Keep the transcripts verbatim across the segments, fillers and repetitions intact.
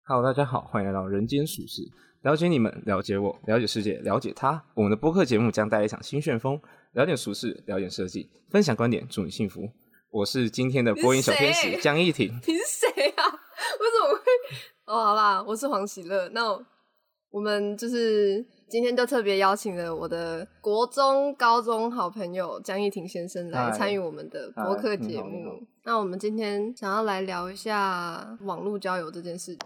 Hello， 大家好，欢迎来到人间俗世，了解你们，了解我，了解世界，了解他。我们的播客节目将带来一场新旋风，聊点俗事，聊点设计，分享观点，祝你幸福。我是今天的播音小天使江一婷。 你是谁啊？为什么会？哦，好啦，我是黄喜乐。那我们就是今天就特别邀请了我的国中、高中好朋友江一婷先生来参与我们的播客节目。那我们今天想要来聊一下网络交友这件事。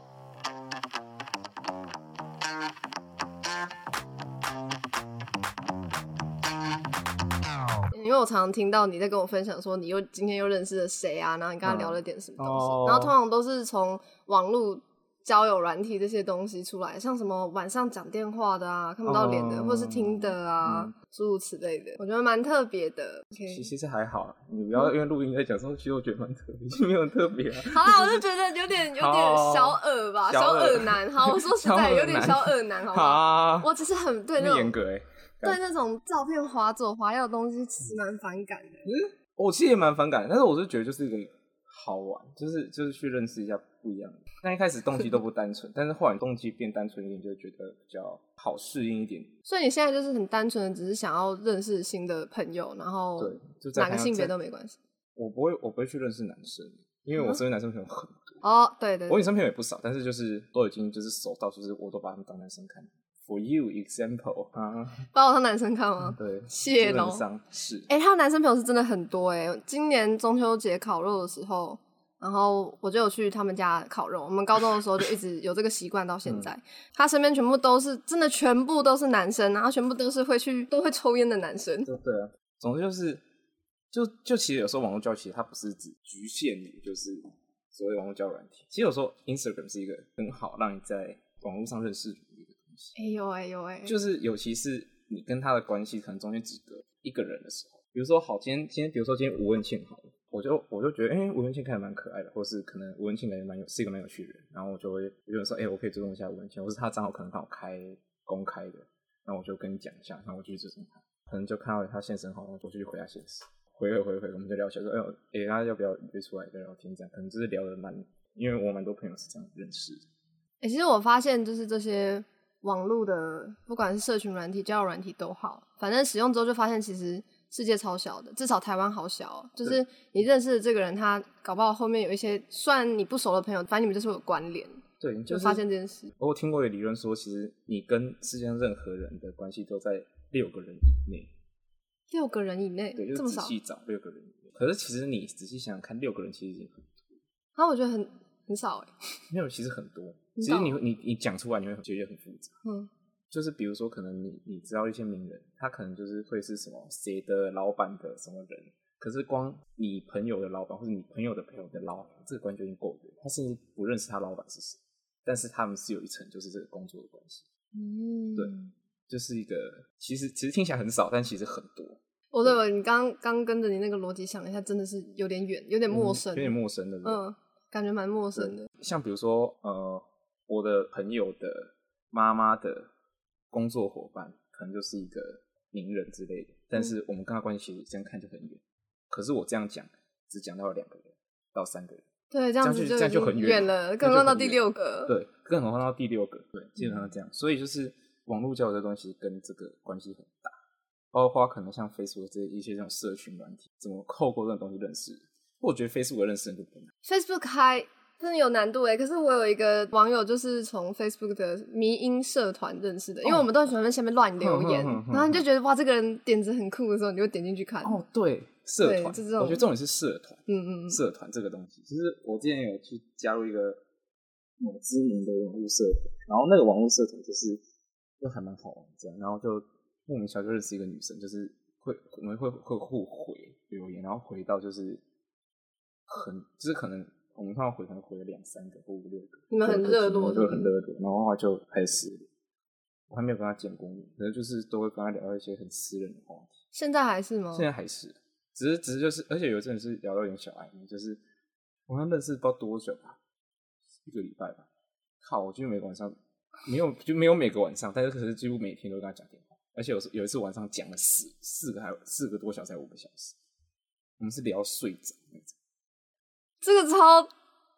因为我常常听到你在跟我分享说你又今天又认识了谁啊，然后你跟他聊了点什么东西、嗯哦、然后通常都是从网络交友软体这些东西出来，像什么晚上讲电话的啊，看不到脸的、哦、或是听的啊、嗯、诸如此类的，我觉得蛮特别的、okay、 其实还好，你不要因为录音在讲说其实我觉得蛮特别，没有很特别啊。 好啦，我就觉得有点有点小恶吧，小恶男。好，我说实在有点小恶男，好不好？我只是很对那种严格欸， 对那种照片滑左滑右的东西其实蛮反感的。 嗯，我其实也蛮反感的，但是我是觉得就是一个好玩，就是就是去认识一下不一样的。那一开始动机都不单纯，但是后来动机变单纯一点，就觉得比较好适应一点。 所以你现在就是很单纯的，只是想要认识新的朋友，然后对，就哪个性别都没关系。我不会，我不会去认识男生，因为我身边男生朋友很多。 哦，对 对, 对， 我女生朋友也不少，但是就是都已经就是熟到，就是我都把他们当男生看。For you example 啊， 把我当男生看吗？ 嗯、对， 谢喽。 是， 哎、欸，他的男生朋友是真的很多哎、欸。今年中秋节烤肉的时候，然后我就有去他们家烤肉。我们高中的时候就一直有这个习惯到现在、嗯。他身边全部都是真的，全部都是男生，然后全部都是会去都会抽烟的男生。 对对啊，总之就是就就其实有时候网络交友其实它不是只局限于就是所谓网络交友软体，其实有时候 Instagram 是一个很好让你在网络上认识人的一个东西。 哎呦哎呦哎， 就是尤其是你跟他的关系可能中间只隔一个人的时候，比如说好，今天今天比如说今天吴文倩好了，我就我就觉得哎、欸，吴文倩看起来蛮可爱的，或是可能吴文倩感觉蛮有是一个蛮有趣的人，然后我就会有人说哎、欸，我可以追踪一下吴文倩，或是他账号可能刚好开公开的，然后我就跟你讲一下，然后我就去追踪他，可能就看到他现实很好，然后我就去回他现实，回回回回，我们就聊起来说哎哎、欸，他要不要约出来聊聊天这样，可能就是聊得蛮，因为我蛮多朋友是这样认识的。 哎、欸，其实我发现就是这些网络的，不管是社群软体、交友软体都好，反正使用之后就发现其实世界超小的，至少台湾好小哦。就是你认识的这个人，他搞不好后面有一些虽然你不熟的朋友，反正你们就是有关联。 对， 就发现这件事。 我有听过一个理论说，其实你跟世界上任何人的关系都在六个人以内。 六个人以内， 对，就是仔细找六个人以内。可是其实你仔细想想看，六个人其实已经很多。 啊，我觉得很很少哎、欸。 没有，其实很多。其实你你你讲出来，你会觉得很复杂。 嗯， 就是比如说，可能你你知道一些名人，他可能就是会是什么谁的老板的什么人，可是光你朋友的老板或者你朋友的朋友的老板，这个关系就已经够远。他甚至不认识他老板是谁，但是他们是有一层就是这个工作的关系。 嗯， 对，就是一个其实其实听起来很少，但其实很多。 哦，对了，你刚刚跟着你那个逻辑想了一下，真的是有点远，有点陌生， 嗯、有点陌生的， 嗯，感觉蛮陌生的。 像比如说，呃。我的朋友的妈妈的工作伙伴可能就是一个名人之类的，但是我们跟他关系其实这样看就很远。可是我这样讲，只讲到了两个人到三个人， 对，这样子就这样就很远了，更何况到第六个， 对，更何况到第六个，对，基本上这样。所以就是网络交友的东西跟这个关系很大，包括可能像 Facebook 这一些这种社群软体，怎么透过这种东西认识人。我觉得 Facebook 认识人就不难 ，Facebook 还。真的有难度欸，可是我有一个网友就是从 Facebook 的迷因社团认识的，因为我们都很喜欢在下面乱留言，哦、然后你就觉得哇，这个人点子很酷的时候，你就会点进去看。 哦，对，社团，我觉得重点是社团， 嗯嗯， 社团这个东西，其实我之前有去加入一个某知名的网络社团，然后那个网络社团就是就还蛮好玩这样，然后就莫名其妙就认识一个女生，就是会我们会会互回留言，然后回到就是很就是可能。我们通常回可能回了两三个或五六个， 你们很热络， 就很热络，然后后来就开始，我还没有跟他见过面，可能就是都会跟他聊一些很私人的话题。 现在还是吗？ 现在还是，只是只是就是，而且有一阵是聊到有点小暧昧，就是我们认识不知道多久吧，一个礼拜吧。靠，我几乎每个晚上没有就没有每个晚上，但是可是几乎每天都跟他讲电话，而且有有一次晚上讲了四四个还有四个多小时，还有五个小时，我们是聊睡着那种。 这个超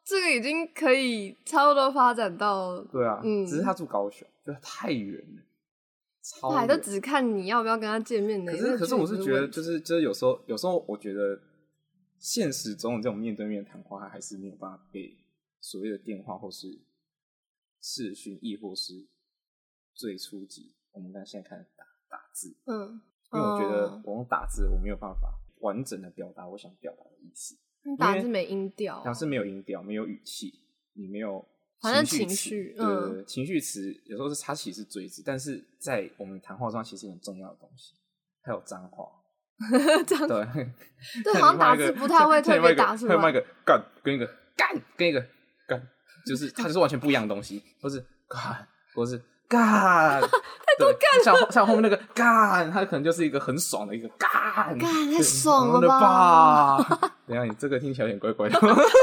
这个已经可以差不多发展到对啊， 嗯， 只是他住高雄，就太远了，超远。 还都只看你要不要跟他见面呢。 可是可是我是觉得， 就就是就是有时候有时候我觉得现实中的这种面对面的谈话，它还是没有办法被所谓的电话或是视讯，亦或是最初级我们刚才现在看的打打字， 嗯， 因为我觉得哦我用打字我没有办法完整的表达我想表达的意思。 打字没音调， 打字没有音调，没有语气，你没有反正情情绪， 对对对，情绪词有时候是它其实是赘字，但是在我们谈话中其实很重要的东西，还有脏话。 这样对， 对，好像打字不太会特别打出来。 还有卖一个干跟一个干跟一个干，就是它就是完全不一样的东西，或是干，或是干，太多干，像像后面那个干，它可能就是一个很爽的一个干， 干太爽了吧？等一下你这个听起来有点怪怪的。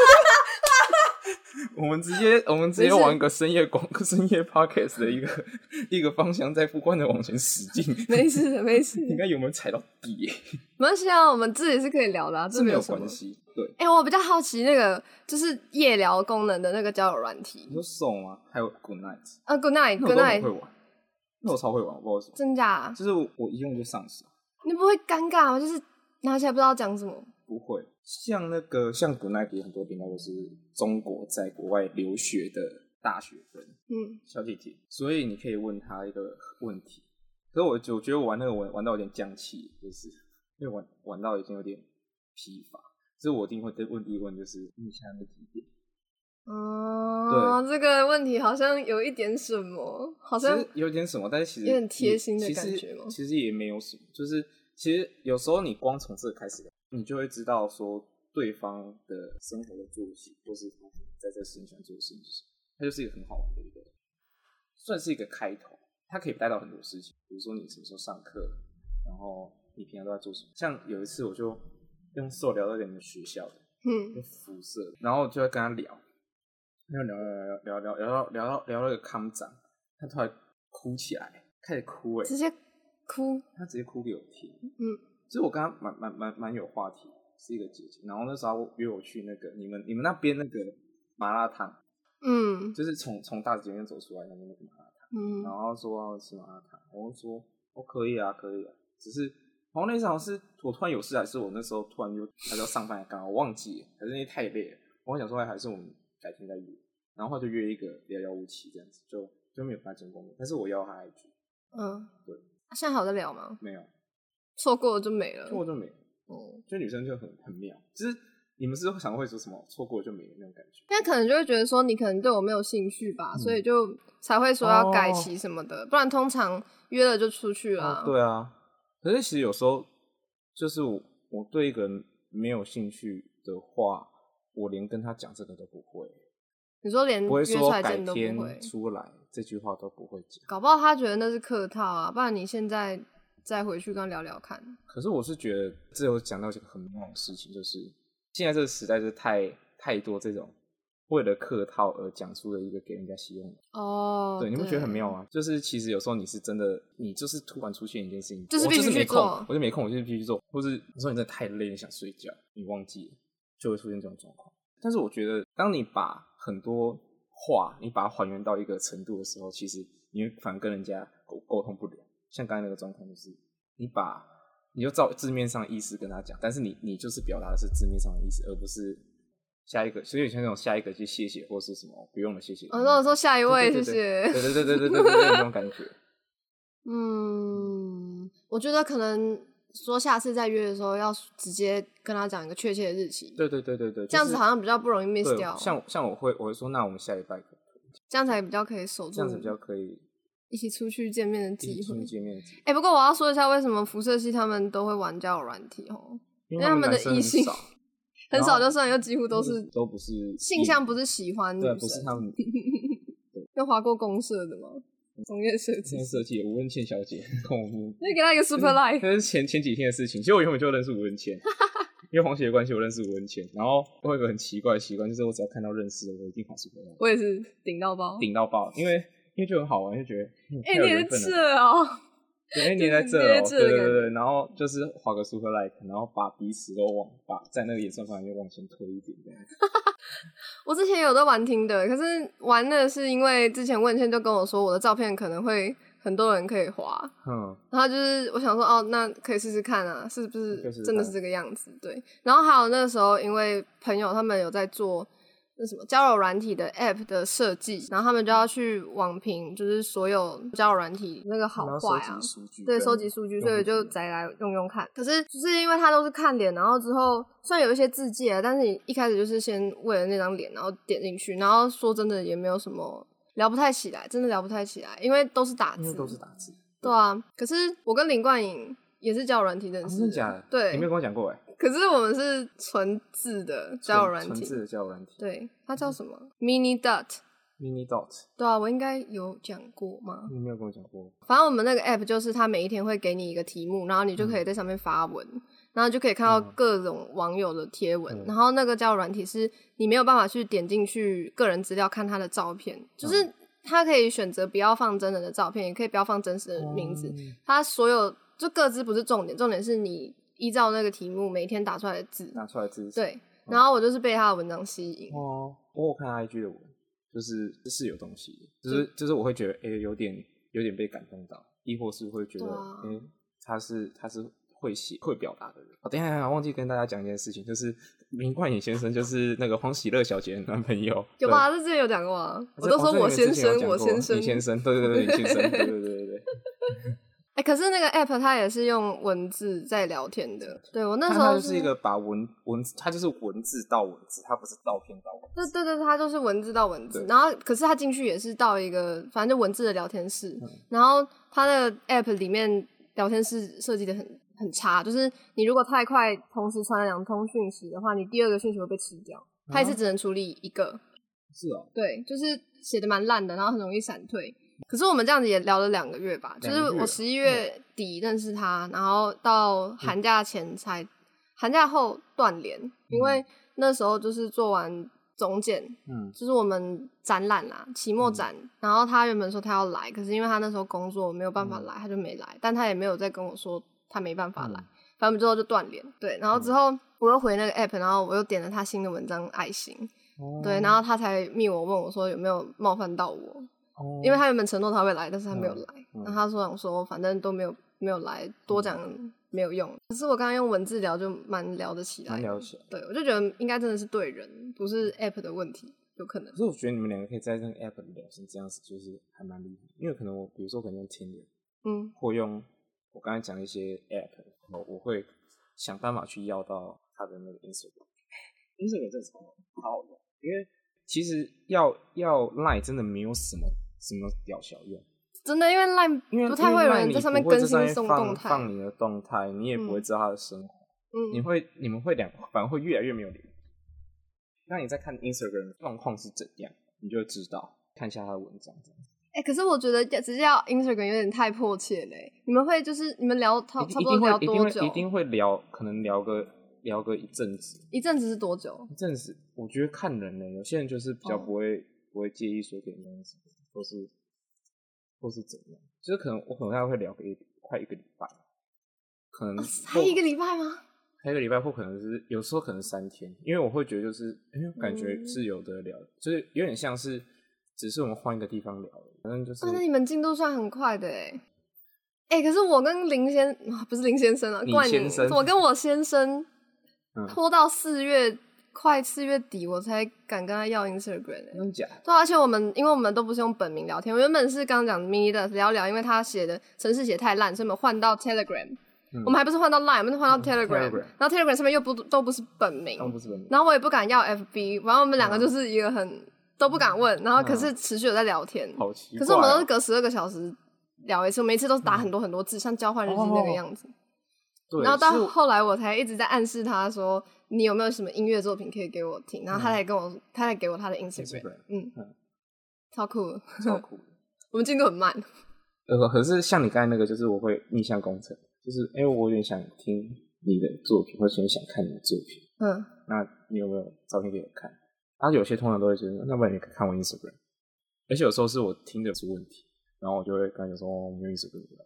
我们直接我们直接往一个深夜广深夜 podcast 的一个一个方向，再不断的往前使劲。 没事的，没事。 应该有没有踩到底耶？ 没关系啊，我们自己是可以聊的、啊， 这没有关系。对， 哎、欸，我比较好奇那个就是夜聊功能的那个交友软体， 你说送吗？还有 Good Night 啊 ，Good Night，Good Night， Night， 会玩，那我超会玩，我不知道为什么， 真假、啊？ 就是我我一用就上手。 你不会尴尬吗？就是拿起来不知道讲什么。 不会，像那个像 Good Night 有很多频道都是中国在国外留学的大学生， 嗯， 小姐姐，所以你可以问他一个问题。可是我我觉得我玩那个玩玩到有点降气，就是因为玩玩到已经有点疲乏，所以我一定会问第一个问就是你现在没几点？ 哦，这个问题好像有一点什么，好像其实有点什么，但是其实有点贴心的感觉吗？ 其实也没有什么，就是其实有时候你光从这个开始，你就会知道说对方的生活的作息，或是他在这个事情想做的事情是什么，它就是一个很好玩的一个，算是一个开头。它可以带到很多事情，比如说你什么时候上课，然后你平常都在做什么。像有一次我就用手聊到你们学校的， 嗯， 用辐射，然后就在跟他聊，聊聊聊聊聊聊到聊到聊到一个康长，他突然哭起来，开始哭哎、欸， 直接哭， 他直接哭给我听， 嗯， 就是我跟他蛮蛮蛮蛮有话题，是一个姐姐，然后那时候约我去那个你们你们那边那个麻辣烫， 嗯， 就是从从大直捷运走出来那边那个麻辣烫。 嗯， 然后说要吃麻辣烫，我就说哦可以啊可以啊，只是然后那场是我突然有事，还是我那时候突然就还是要上班还刚好我忘记了，还是因为太累了，我想说还是我们改天再约，然后后来就约一个聊聊无期这样子，就就没有发成功的，但是我要他 I G， 嗯， 对， 现在还有在聊吗？ 没有， 错过了就没了， 错过就没了， 哦、嗯， 就女生就很很妙，就是你们是常会说什么错过了就没了那种感觉， 因为可能就会觉得说你可能对我没有兴趣吧，嗯、所以就才会说要改期什么的，哦、不然通常约了就出去了、啊哦。对啊，可是其实有时候就是我我对一个人没有兴趣的话，我连跟他讲这个都不会。 你说连不会说约出来见都改天不会出来这句话都不会讲， 搞不好他觉得那是客套啊，不然你现在再回去跟他聊聊看。 可是我是觉得这有讲到一个很妙的事情，就是现在这个时代是太太多这种为了客套而讲出的一个给人家希望哦， 对，你不觉得很妙吗？就是其实有时候你是真的，你就是突然出现一件事情， 就是必须去做， 我就没空，我就必须去做，或是你说你真的太累，你想睡觉，你忘记了，就会出现这种状况。但是我觉得，当你把很多话你把它还原到一个程度的时候，其实你反而跟人家沟沟通不了。像刚才那个状况，就是你把你就照字面上的意思跟他讲，但是你你就是表达的是字面上的意思，而不是下一个，所以像那种下一个就谢谢或是什么不用了谢谢。 我说我说下一位谢谢。 对对对对对对对对那种感觉。 嗯，我觉得可能说下次再约的时候要直接跟他讲一个确切的日期。 对对对对对， 这样子好像比较不容易 miss 掉。 像像我会我会说，那我们下礼拜可以， 这样才比较可以守住， 这样子比较可以一起出去见面的机会。 出去见面的机会。 哎、欸，不过我要说一下，为什么辐射系他们都会玩交友软体哦？因为他们的异性很少，就算又几乎都是都不是性向，不是喜欢女生， 对，不是他们。 有滑过公社的吗？工业设计， 工业设计，吴文倩小姐跟我们， 那给她一个 super like， 那是前前几天的事情。其实我原本就认识吴文倩，因为黄姐的关系，我认识吴文倩。然后我有一个很奇怪的习惯，就是我只要看到认识的，我一定滑 super like。 我也是顶到爆， 顶到爆，因为因为就很好玩，就觉得哎、欸，你也是这哦。 对，哎，黏在这哦，对对对对，然后就是划个 super like， 然后把彼此都往把在那个演算法里面往前推一点这样子。 我之前有在玩听的，可是玩的是因为之前问倩就跟我说我的照片可能会很多人可以滑，嗯，然后就是我想说哦，那可以试试看啊，是不是真的是这个样子？对，然后还有那个时候因为朋友他们有在做那什么交友软体的 app 的设计，然后他们就要去网评，就是所有交友软体那个好坏啊，对，收集数据，所以就载来用用看。可是就是因为它都是看脸，然后之后虽然有一些字界，但是你一开始就是先为了那张脸，然后点进去，然后说真的也没有什么聊不太起来，真的聊不太起来，因为都是打字， 因为都是打字。 对啊，可是我跟林冠颖也是交友软体认识的， 真的假的？ 对， 你没有跟我讲过哎。 可是我们是纯字的交友软体， 纯字的交友软体。 对，它叫什么 ？Mini Dot。Mini Dot。 对啊，我应该有讲过吗？ 你没有跟我讲过。 反正我们那个 app 就是它每一天会给你一个题目，然后你就可以在上面发文，嗯、然后就可以看到各种网友的贴文。嗯、然后那个交友软体是你没有办法去点进去个人资料看他的照片，就是他可以选择不要放真人的照片，也可以不要放真实的名字。嗯、他所有就各自不是重点，重点是你依照那个题目每天打出来的字， 打出来的字。 对，然后我就是被他的文章吸引。 哦，我有看 I G 的文，就是是有东西的，就是就是我会觉得，哎、欸，有点有点被感动到，亦或是会觉得，哎、啊欸，他是他是会写会表达的人。哦，等一下，等一下，忘记跟大家讲一件事情，就是林冠颖先生就是那个黄喜乐小姐的男朋友。 有吧？这之前有讲过啊，我都说我先生，哦、我先生， 你先生，对对对，你先生，对对对对对。 哎、欸，可是那个 app 它也是用文字在聊天的。对，我那时候它就是一个把文文字，它就是文字到文字，它不是照片到文字。 对对对，它就是文字到文字。然后，可是它进去也是到一个反正就文字的聊天室。嗯、然后它的 app 里面聊天室设计的很很差，就是你如果太快同时传两通讯息的话，你第二个讯息会被吃掉。它也是只能处理一个。 是哦。 对，就是写的蛮烂的，然后很容易闪退。可是我们这样子也聊了两个月吧，就是我十一月底认识他，然后到寒假前才，嗯、寒假后断联，因为那时候就是做完总检，嗯，就是我们展览啦，期末展，嗯、然后他原本说他要来，可是因为他那时候工作没有办法来，嗯、他就没来，但他也没有再跟我说他没办法来，嗯、反正我们之后就断联，对，然后之后我又回那个 app， 然后我又点了他新的文章爱心，哦、对，然后他才密我问我说有没有冒犯到我。因为他原本承诺他会来，但是他没有来。嗯嗯、然后他说想说，反正都没有没有来，多讲没有用。可是我刚刚用文字聊就蛮聊得起来， 蛮聊起来。 对，我就觉得应该真的是对人，不是 app 的问题，有可能。 可是我觉得你们两个可以在那个 app 里聊成这样子，就是还蛮厉害。因为可能我，比如说我可能用 Tinder， 嗯，或用我刚才讲一些 app， 我我会想办法去要到他的那个 Instagram。Instagram 真的超好用，因为其实要要 Line 真的没有什么。什么屌小用？真的，因为 Line 不太会有人在上面更新送动态， 放你的动态，你也不会知道他的生活。嗯，你会你们会两反而会越来越没有联络。那你在看 Instagram 状况是怎样，你就会知道，看一下他的文章这样。 哎、欸，可是我觉得直接要 Instagram 有点太迫切嘞。你们会就是你们聊差差不多聊多久？ 一定会聊，可能聊个聊个一阵子。 一阵子是多久？ 一阵子，我觉得看人呢，有些人就是比较不会、哦、不会介意说给你东西。或是或是怎样，就是可能我可能大概会聊个一快一个礼拜，可能、 哦、还一个礼拜吗？ 还一个礼拜，或可能是有时候可能三天，因为我会觉得就是，哎、欸，感觉是有得聊，嗯、就是有点像是只是我们换一个地方聊，反正就是。 那、哦、你们进度算很快的哎，哎、欸，可是我跟林先不是林先生啊， 李先生， 我跟我先生拖到四月。快四月底我才敢跟他要 Instagram， 真的假的？ 对，而且我们因为我们都不是用本名聊天，我原本是刚刚讲 mini 的聊聊，因为他写的程式写太烂，所以我们换到 Telegram，、嗯、我们还不是换到 Line， 我们是换到 Telegram，、嗯、然后 Telegram 上面又不都不是本名， 都不是本名， 然后我也不敢要 F B， 然后我们两个就是一个很、嗯、都不敢问，然后可是持续有在聊天， 嗯、好奇怪、哦， 可是我们都是隔十二个小时聊一次，我每一次都是打很多很多字，嗯、像交换日记那个样子。哦、然后到后来我才一直在暗示他说你有没有什么音乐作品可以给我听，然后他才跟我、嗯、他才给我他的 Instagram， 嗯, 嗯超酷的超酷的我们进度很慢。 呃，可是像你刚才那个就是我会逆向工程，就是因为我有点想听你的作品，或者想看你的作品，嗯，那你有没有照片给我看？然后有些通常都会觉得那不然你看我 Instagram， 而且有时候是我听的出问题，然后我就会跟他说哦我没有 Instagram，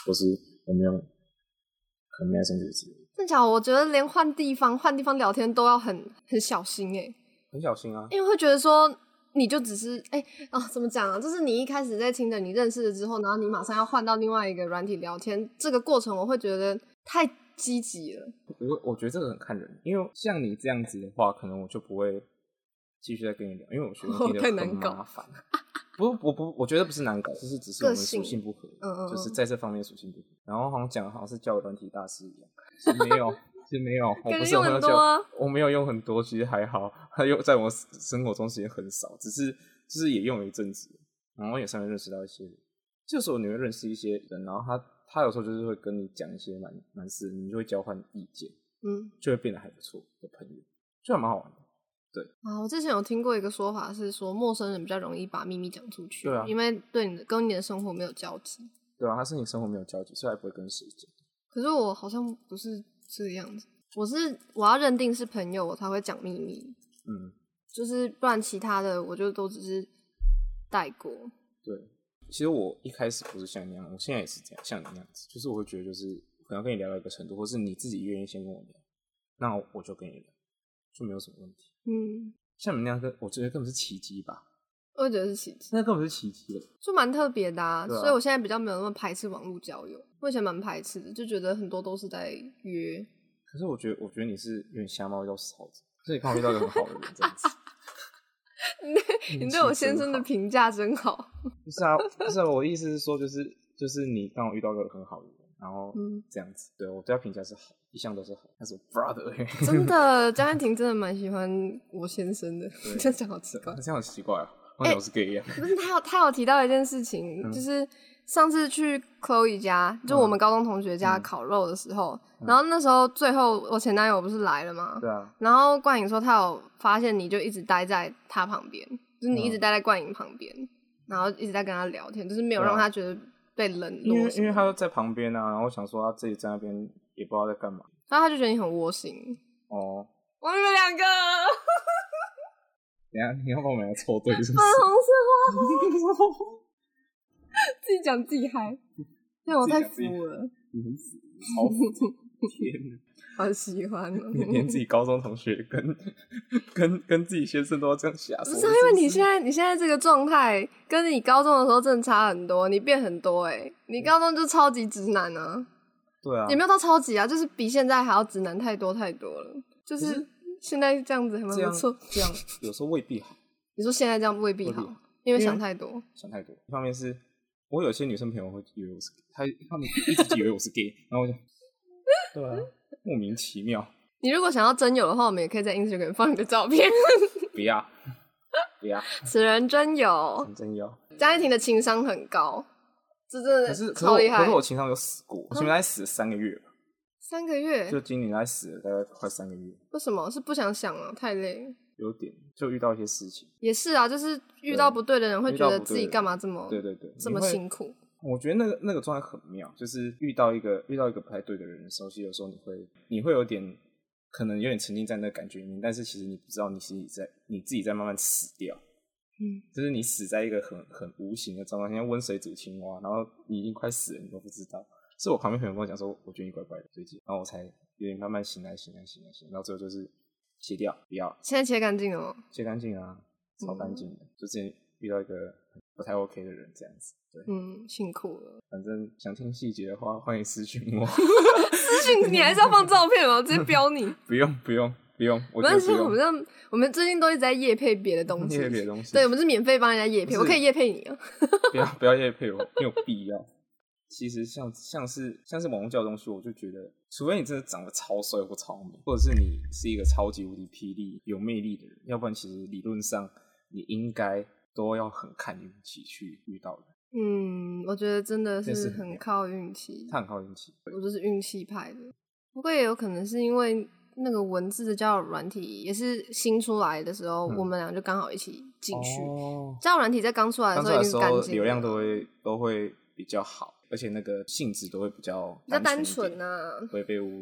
或是我没有可能没有升学之类的。 真假的？我觉得连换地方换地方聊天都要很很小心哎、欸， 很小心啊， 因为会觉得说你就只是哎啊、欸哦、怎么讲啊？就是你一开始在Tinder你认识了之后，然后你马上要换到另外一个软体聊天，这个过程我会觉得太积极了。 我我觉得这个很看人，因为像你这样子的话，可能我就不会继续再跟你聊，因为我觉得你太很难搞麻烦。不，我不，我觉得不是难搞，就是只是我们属性不合， 嗯嗯嗯就是在这方面属性不合。然后好像讲的好像是教软体大师一样，其实没有，其实没有，我不是很很多啊， 我没有用很多，其实还好，它用在我生活中时间很少，只是就是也用了一阵子，然后也上面认识到一些人。这时候你会认识一些人，然后他他有时候就是会跟你讲一些蛮蛮私人，你就会交换意见， 嗯， 就会变得还不错的朋友，就还蛮好玩的。对啊，我之前有听过一个说法是说，陌生人比较容易把秘密讲出去， 对啊， 因为对你的跟你的生活没有交集。 对啊，他是你生活没有交集，所以还不会跟谁讲。 可是我好像不是这个样子，我是我要认定是朋友，我才会讲秘密。 嗯， 就是不然其他的我就都只是带过。 对，其实我一开始不是像你那样，我现在也是这样，像你那样子，就是我会觉得就是可能跟你聊到一个程度，或是你自己愿意先跟我聊，那我就跟你聊，就没有什么问题。 嗯， 像你那样跟我觉得根本是奇迹吧。 我觉得是奇迹， 那根本是奇迹了， 就蛮特别的啊， 啊所以我现在比较没有那么排斥网络交友。我以前蛮排斥的，就觉得很多都是在约。 可是我觉得，我觉得你是有点瞎猫遇到嫂子，所以刚好遇到一个很好的人，这样子。 你对我先生的评价真好。 不是啊，不是啊，我的意思是说，就是就是你刚好遇到一个很好的人，然后这样子，嗯、对我对他评价是好，一向都是好，他是我 brother、欸。真的，江汉庭真的蛮喜欢我先生的，这样讲好奇怪， 这样好奇怪啊，好像我是 gay 一样。 不是，他有他有提到一件事情，嗯、就是上次去 Chloe 家，就我们高中同学家烤肉的时候，嗯、然后那时候最后我前男友不是来了吗？ 对啊。 然后冠颖说他有发现你就一直待在他旁边，就是你一直待在冠颖旁边，嗯、然后一直在跟他聊天，就是没有让他觉得被冷落。 因为因为他在旁边啊，然后想说他自己在那边也不知道在干嘛， 然后他就觉得你很窝心。 哦。 我们两个。 等一下，你要把我们两个凑对是不是？ 粉红色花。自己讲自己嗨，但我太服了， 你很死，超服，天哪， 好喜欢哦！ 你连自己高中同学跟跟跟自己先生都要这样瞎说， 不是因为你现在你现在这个状态，跟你高中的时候真的差很多，你变很多哎、欸，你高中就超级直男啊， 对啊， 也没有到超级啊，就是比现在还要直男太多太多了，就是现在这样子还蛮不错， 这样有时候未必好。 你说现在这样未必好，因为想太多， 想太多。一方面是。我有些女生朋友会以为我是 gay， 她他们一直以为我是 gay， 然后我就对啊，莫名其妙。 你如果想要真友的话，我们也可以在 Instagram 放你的照片。 不要，不要， 此人真有， 真有。 江一婷的情商很高，这真的超厉害。 可是我情商有死过，我前面大概死了三个月吧。 三个月？ 就今年大概死了大概快三个月。 为什么？是不想想了，太累。 有点，就遇到一些事情。 也是啊，就是遇到不对的人，会觉得自己干嘛这么对对对这么辛苦。 我觉得那个那个状态很妙，就是遇到一个遇到一个不太对的人的时候，其实有时候你会你会有点可能有点沉浸在那个感觉里面，但是其实你不知道你自己在你自己在慢慢死掉。嗯，就是你死在一个很很无形的状况，像温水煮青蛙，然后你已经快死了，你都不知道。是我旁边朋友跟我讲说，我觉得你怪怪的最近，然后我才有点慢慢醒来醒来醒来醒来，然后最后就是切掉，不要。 现在切干净了吗？ 切干净啊，超干净的。嗯、就之前遇到一个不太 OK 的人，这样子。对， 嗯，辛苦了。 反正想听细节的话，欢迎私讯我。 私讯你还是要放照片吗？我直接标你。 不用不用不用，我没关系，我们这我们最近都一直在业配别的东西， 业配别的东西。 对，我们是免费帮人家业配，我可以业配你啊。 不要不要业配我，没有必要。其实像像是像是网络教的东西，我就觉得，除非你真的长得超帅或超美，或者是你是一个超级无敌霹雳有魅力的人，要不然其实理论上你应该都要很看运气去遇到的。 嗯，我觉得真的是很靠运气， 他很靠运气， 我就是运气派的。不过也有可能是因为那个文字的交友软体也是新出来的时候，嗯、我们俩就刚好一起进去。哦、交友软体在刚出来的时候已经干净了， 流量都会都会比较好。而且那个性质都会比较比较单纯啊， 不会被污染。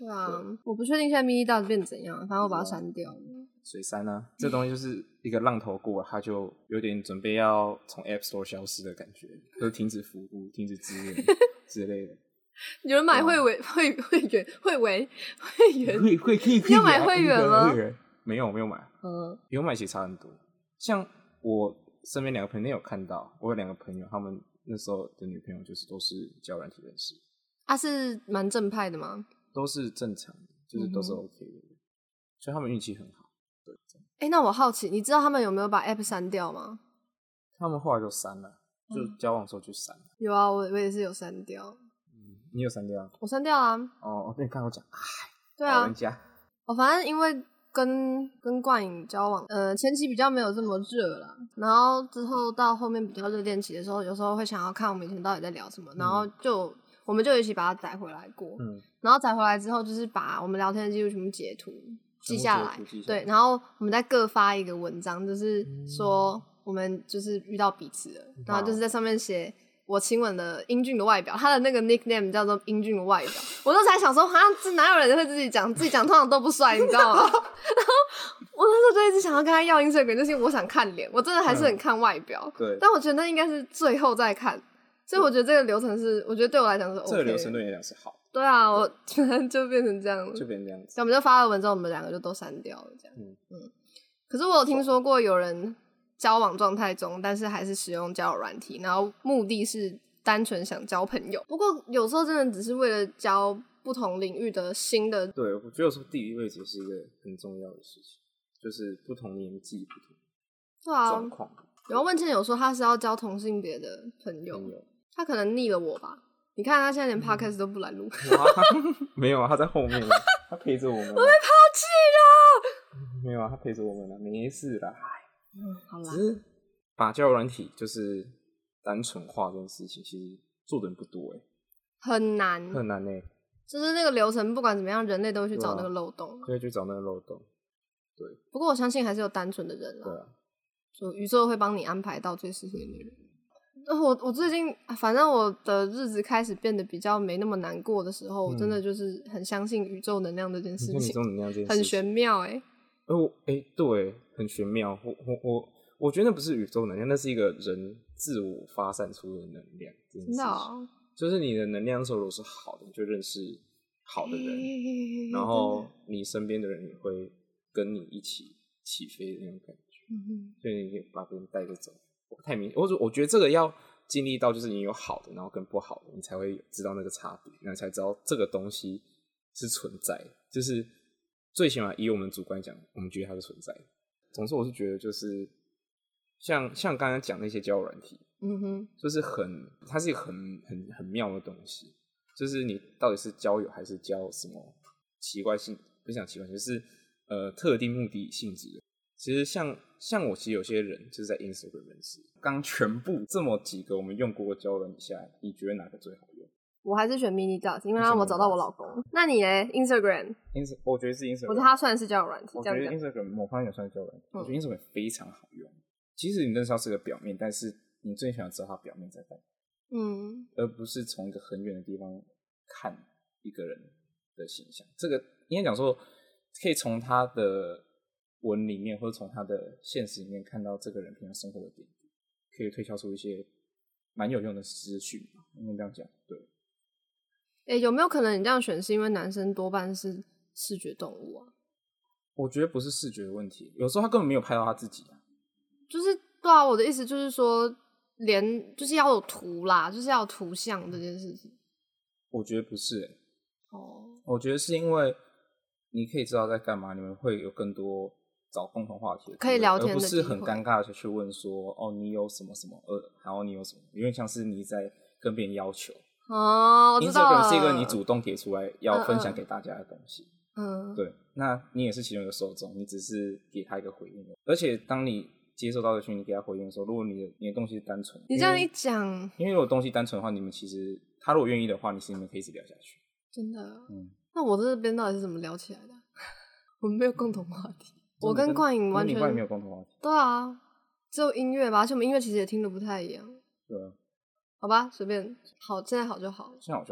对啊，我不确定现在 mini dots 变怎样，反正我把它删掉了。 水删啊，这东西就是一个浪头过，它就有点准备要从 App Store 消失的感觉，就是停止服务、停止支援之类的。 有人买会员、会会员、会员、会员、 会会可以？ 你有买会员吗？ 没有，没有买。嗯，比我买其实差很多。像我身边两个朋友有看到，我有两个朋友，他们那时候的女朋友就是都是交友软体认识。 啊，是蛮正派的吗？ 都是正常的，就是都是 OK 的，嗯、所以他们运气很好。对， 哎、欸，那我好奇，你知道他们有没有把 App 删掉吗？ 他们后来就删了，就交往的时候就删了。 有啊，我我也是有删掉。 嗯，你有删掉？ 我删掉啊。 哦，我跟你看我讲， 对啊， 人家， 我反正因为跟跟冠颖交往，呃，前期比较没有这么热啦，然后之后到后面比较热恋期的时候，有时候会想要看我们以前到底在聊什么，然后就、嗯、我们就一起把它载回来过，嗯，然后载回来之后，就是把我们聊天的记录全部截图记下来，对，然后我们再各发一个文章，就是说我们就是遇到彼此了，嗯、然后就是在上面写我亲吻的英俊的外表，他的那个 nickname 叫做英俊的外表，我那时候才想说，好像这哪有人会自己讲自己讲，通常都不帅，你知道吗？然后我那时候就一直想要跟他要 Instagram， 就是因为我想看脸，我真的还是很看外表，嗯、对，但我觉得那应该是最后再看，所以我觉得这个流程是，我觉得对我来讲是 OK 的， 这个流程对你来讲是好。 对啊，我突然就变成这样了， 就变成这样子。 我们就发了文之后，我们两个就都删掉了，这样。嗯嗯。可是我有听说过有人交往状态中，但是还是使用交友软体，然后目的是单纯想交朋友。不过有时候真的只是为了交不同领域的新的。 对，我觉得有时候地理位置是一个很重要的事情，就是不同年纪、不同状况。 对啊。然后问倩有说他是要交同性别的朋友，朋友他可能腻了我吧。你看他现在连 podcast 都不来录、 嗯、没有啊，他在后面他陪着我们。 我被抛弃了。 没有啊，他陪着我们了，没事啦。 嗯，好啦。 只是把交友软体就是单纯化这件事情，其实做的人不多哎、欸， 很难， 很难哎、欸。 就是那个流程，不管怎么样，人类都会去找那个漏洞， 对、啊，去找那个漏洞。对。 不过我相信还是有单纯的人啦。 对啊。 就宇宙会帮你安排到最适合你的人。我我最近反正我的日子开始变得比较没那么难过的时候，我、嗯、真的就是很相信宇宙能量这件事情， 宇宙能量这件事情很玄妙哎、欸。 哦哎、欸，对，很玄妙。我我我我觉得那不是宇宙能量，那是一个人自我发散出的能量。真的、哦，就是你的能量收入是好的，你就认识好的人，欸、然后你身边的人也会跟你一起起飞的那种感觉。嗯、所以你可以把别人带着走。太明，我我觉得这个要经历到，就是你有好的，然后跟不好的，你才会知道那个差别，然后才知道这个东西是存在的。就是最起码以我们主观讲，我们觉得它是存在的。总之，我是觉得就是像像刚刚讲那些交友软体，嗯哼，就是很，它是一个很很很妙的东西。就是你到底是交友还是交什么奇怪性，不是讲奇怪性，就是呃特定目的性质的。其实像像我，其实有些人就是在 Instagram 认识。刚全部这么几个我们用过的交友软体下来，你觉得哪个最好用？ 我还是选 mini dots， 因为让我找到我老公。那你呢 ？Instagram？ Inst 我觉得是 Instagram。 我觉得它算是交友软体。 我觉得 Instagram 某方面也算是交友软体。嗯、我觉得 Instagram 非常好用。其实你认识到是个表面，但是你最想知道它表面在干嘛。嗯。而不是从一个很远的地方看一个人的形象。这个应该讲说，可以从他的文里面，或者从他的现实里面看到这个人平常生活的点滴，可以推敲出一些蛮有用的资讯，应该这样讲。对。 欸，有没有可能你这样选是因为男生多半是视觉动物啊？ 我觉得不是视觉的问题，有时候他根本没有拍到他自己啊。 就是对啊，我的意思就是说，连就是要有图啦，就是要有图像这件事情。 我觉得不是、欸，哦，我觉得是因为你可以知道在干嘛，你们会有更多找共同话题， 可以聊天的， 而不是很尴尬的去问说，哦，你有什么什么，呃，然后你有什么，有点像是你在跟别人要求。 哦，我知道了。 Instagram 是一个你主动给出来要分享给大家的东西。嗯，对，那你也是其中一个受众，你只是给他一个回应。而且当你接受到的讯息，你给他回应的时候，如果你的你的东西是单纯， 你这样一讲， 因为如果东西单纯的话，你们其实他如果愿意的话，你是你们可以一直聊下去。 真的，嗯，那我这边到底是怎么聊起来的？我们没有共同话题，我跟冠颖完全跟你冠颖没有共同话题。 对啊，只有音乐吧，而且我们音乐其实也听得不太一样。 对啊， 好吧，随便，好，现在好就好， 现在好就好。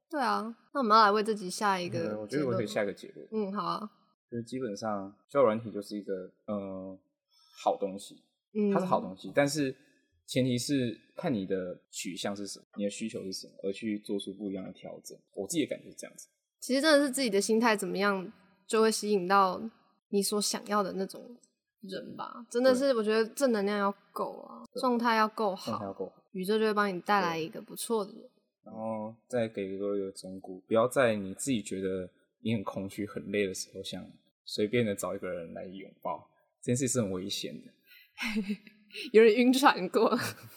对啊，那我们要来为自己下一个结论。 我觉得我可以下一个结论。 嗯，好啊。 就是基本上交友软体就是一个呃好东西， 嗯， 它是好东西，但是前提是看你的取向是什么，你的需求是什么，而去做出不一样的调整。我自己的感觉是这样子。 其实真的是自己的心态怎么样，就会吸引到你所想要的那种人吧。真的是，我觉得正能量要够啊，状态要够好， 状态要够好， 宇宙就会帮你带来一个不错的人。 然后再给各位一个忠告，不要在你自己觉得你很空虚、很累的时候，想随便的找一个人来拥抱，这件事是很危险的。 有人晕船过。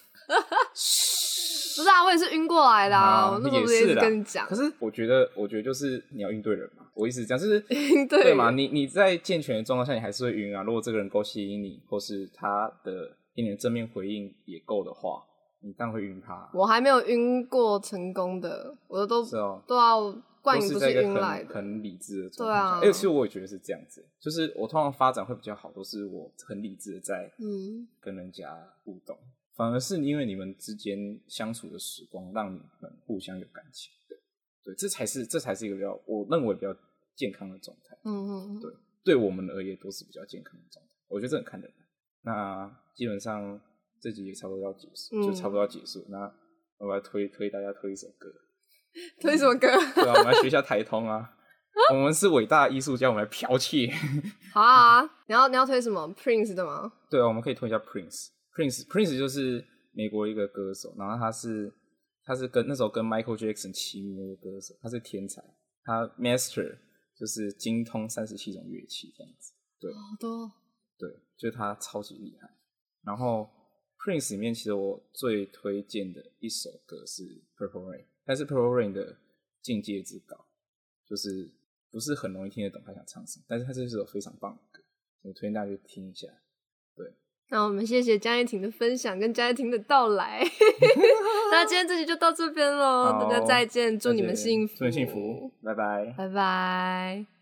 不是啊，我也是晕过来的啊，啊我那时候不是一直跟你讲。 可是我觉得，我觉得就是你要晕对人嘛。我意思是这样，就是晕对对嘛？你你在健全的状况下，你还是会晕啊。如果这个人够吸引你，或是他的给你的正面回应也够的话，你当然会晕他、啊。 我还没有晕过成功的，我的都是哦， 对啊，我冠宇不是晕来的，很很理智的状况下。 对啊，哎、欸，其实我也觉得是这样子，就是我通常发展会比较好，都是我很理智的在嗯跟人家互动。嗯，反而是因为你们之间相处的时光，让你们互相有感情的，对，这才是这才是一个比较我认为比较健康的状态。嗯嗯，对，对我们而言都是比较健康的状态。我觉得这很看人。那基本上这集也差不多要结束，嗯、就差不多要结束。那我来推推大家推一首歌， 推什么歌？ 对啊，我们来学一下台通啊。我们是伟大的艺术家，我们来剽窃。 好啊，你要你要推什么 Prince 的吗？ 对啊，我们可以推一下 Prince。Prince Prince 就是美国一个歌手，然后他是他是跟那时候跟 Michael Jackson 齐名的一个歌手，他是天才，他 Master 就是精通三十七种乐器这样子，对， 好多， 对，就是他超级厉害。然后 Prince 里面其实我最推荐的一首歌是 Purple Rain， 但是 Purple Rain 的境界之高，就是不是很容易听得懂他想唱什么，但是他这是首非常棒的歌，我推荐大家去听一下，对。 那我们谢谢江一婷的分享跟江一婷的到来。那今天这集就到这边咯，大家再见，祝你们幸福， 祝你幸福，拜拜， 拜拜。